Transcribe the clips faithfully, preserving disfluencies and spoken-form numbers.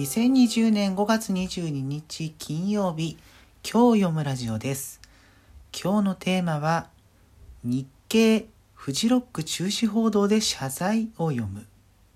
にせんにじゅうねんごがつにじゅうににち金曜日、今日読むラジオです。今日のテーマは、日経フジロック中止報道で謝罪を読む。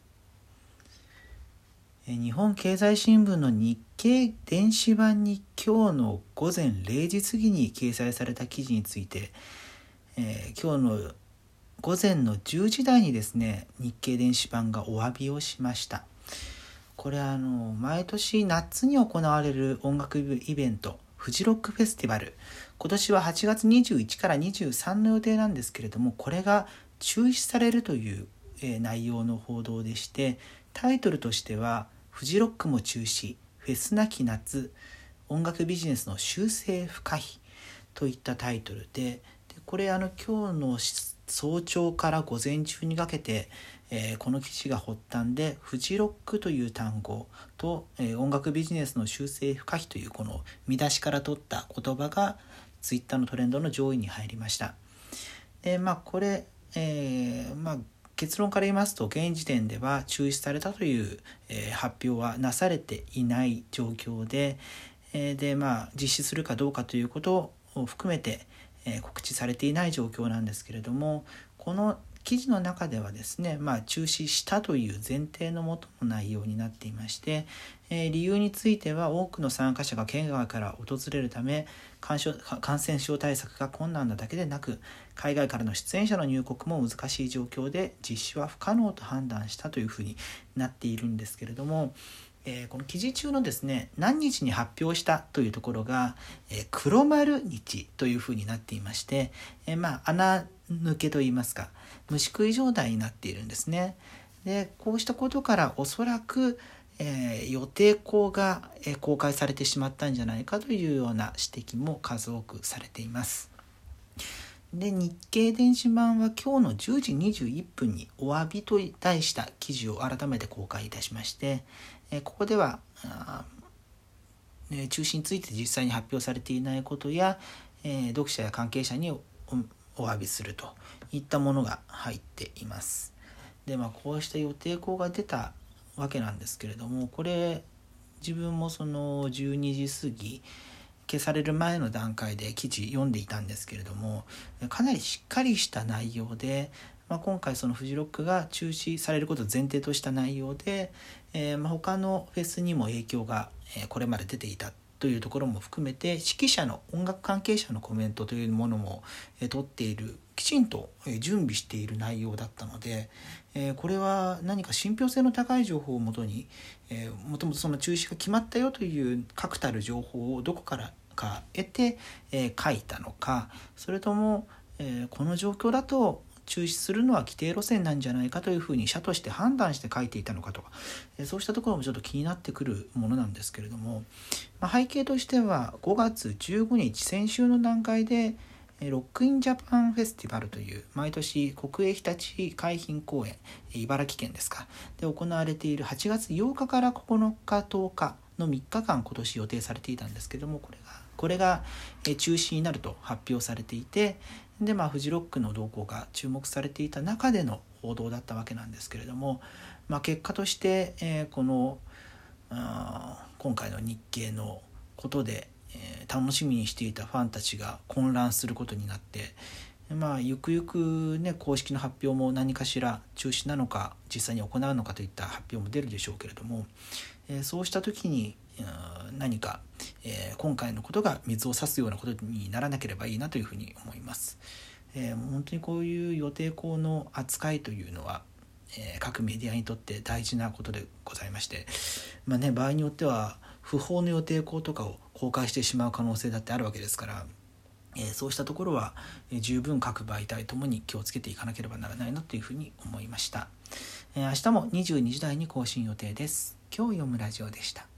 日本経済新聞の日経電子版に今日の午前れいじ過ぎに掲載された記事について、えー、今日の午前のじゅうじ台にですね、日経電子版がお詫びをしました。これはあの毎年夏に行われる音楽イベント、フジロックフェスティバル、今年ははちがつにじゅういちからにじゅうさんの予定なんですけれども、これが中止されるという、えー、内容の報道でして、タイトルとしてはフジロックも中止、フェスなき夏、音楽ビジネスの修正不可避といったタイトルで、でこれあの今日の早朝から午前中にかけて、えー、この記事が発端でフジロックという単語と、えー、音楽ビジネスの修正不可避というこの見出しから取った言葉がツイッターのトレンドの上位に入りました。でまあこれ、えー、まあ結論から言いますと、現時点では中止されたという、えー、発表はなされていない状況で、えー、でまあ実施するかどうかということを含めて、えー、告知されていない状況なんですけれども、この記事の中ではですね、まあ、中止したという前提のもとの内容になっていまして、えー、理由については多くの参加者が県外から訪れるため感染症対策が困難なだけでなく、海外からの出演者の入国も難しい状況で実施は不可能と判断したというふうになっているんですけれども、えー、この記事中のですね、何日に発表したというところが、えー、黒丸日というふうになっていまして、えー、まあ穴抜けといいますか、虫食い状態になっているんですね。でこうしたことからおそらく、えー、予定稿が、えー、公開されてしまったんじゃないかというような指摘も数多くされています。で日経電子版は今日のじゅうじにじゅういっぷんにお詫びと題した記事を改めて公開いたしまして、えー、ここではあ、ね、中止について実際に発表されていないことや、えー、読者や関係者におお詫びするといったものが入っています。でまあこうした予定稿が出たわけなんですけれども、これ自分もそのじゅうにじ過ぎ消される前の段階で記事読んでいたんですけれども、かなりしっかりした内容で、まあ、今回そのフジロックが中止されることを前提とした内容で、えー、まあ他のフェスにも影響がこれまで出ていたというところも含めて、指揮者の音楽関係者のコメントというものも取っている、きちんと準備している内容だったので、これは何か信憑性の高い情報をもとに、もともとその中止が決まったよという確たる情報をどこからか得て書いたのか、それともこの状況だと中止するのは既定路線なんじゃないかというふうに社として判断して書いていたのかとか、そうしたところもちょっと気になってくるものなんですけれども、まあ、背景としてはごがつじゅうごにち、先週の段階でロックインジャパンフェスティバルという毎年国営ひたち海浜公園、茨城県ですかで行われているはちがつようかからここのかとおかのみっかかん今年予定されていたんですけれども、これがこれが中止になると発表されていて、でまあフジロックの動向が注目されていた中での報道だったわけなんですけれども、まあ、結果として、えー、このあ今回の日経のことで、えー、楽しみにしていたファンたちが混乱することになって、まあゆくゆくね公式の発表も何かしら中止なのか実際に行うのかといった発表も出るでしょうけれども、えー、そうした時に何か、えー、今回のことが水を差すようなことにならなければいいなというふうに思います。えー、本当にこういう予定稿の扱いというのは、えー、各メディアにとって大事なことでございまして、まあね、場合によっては不法の予定稿とかを公開してしまう可能性だってあるわけですから、えー、そうしたところは、えー、十分各媒体ともに気をつけていかなければならないなというふうに思いました。えー、明日もにじゅうにじ台に更新予定です。今日読むラジオでした。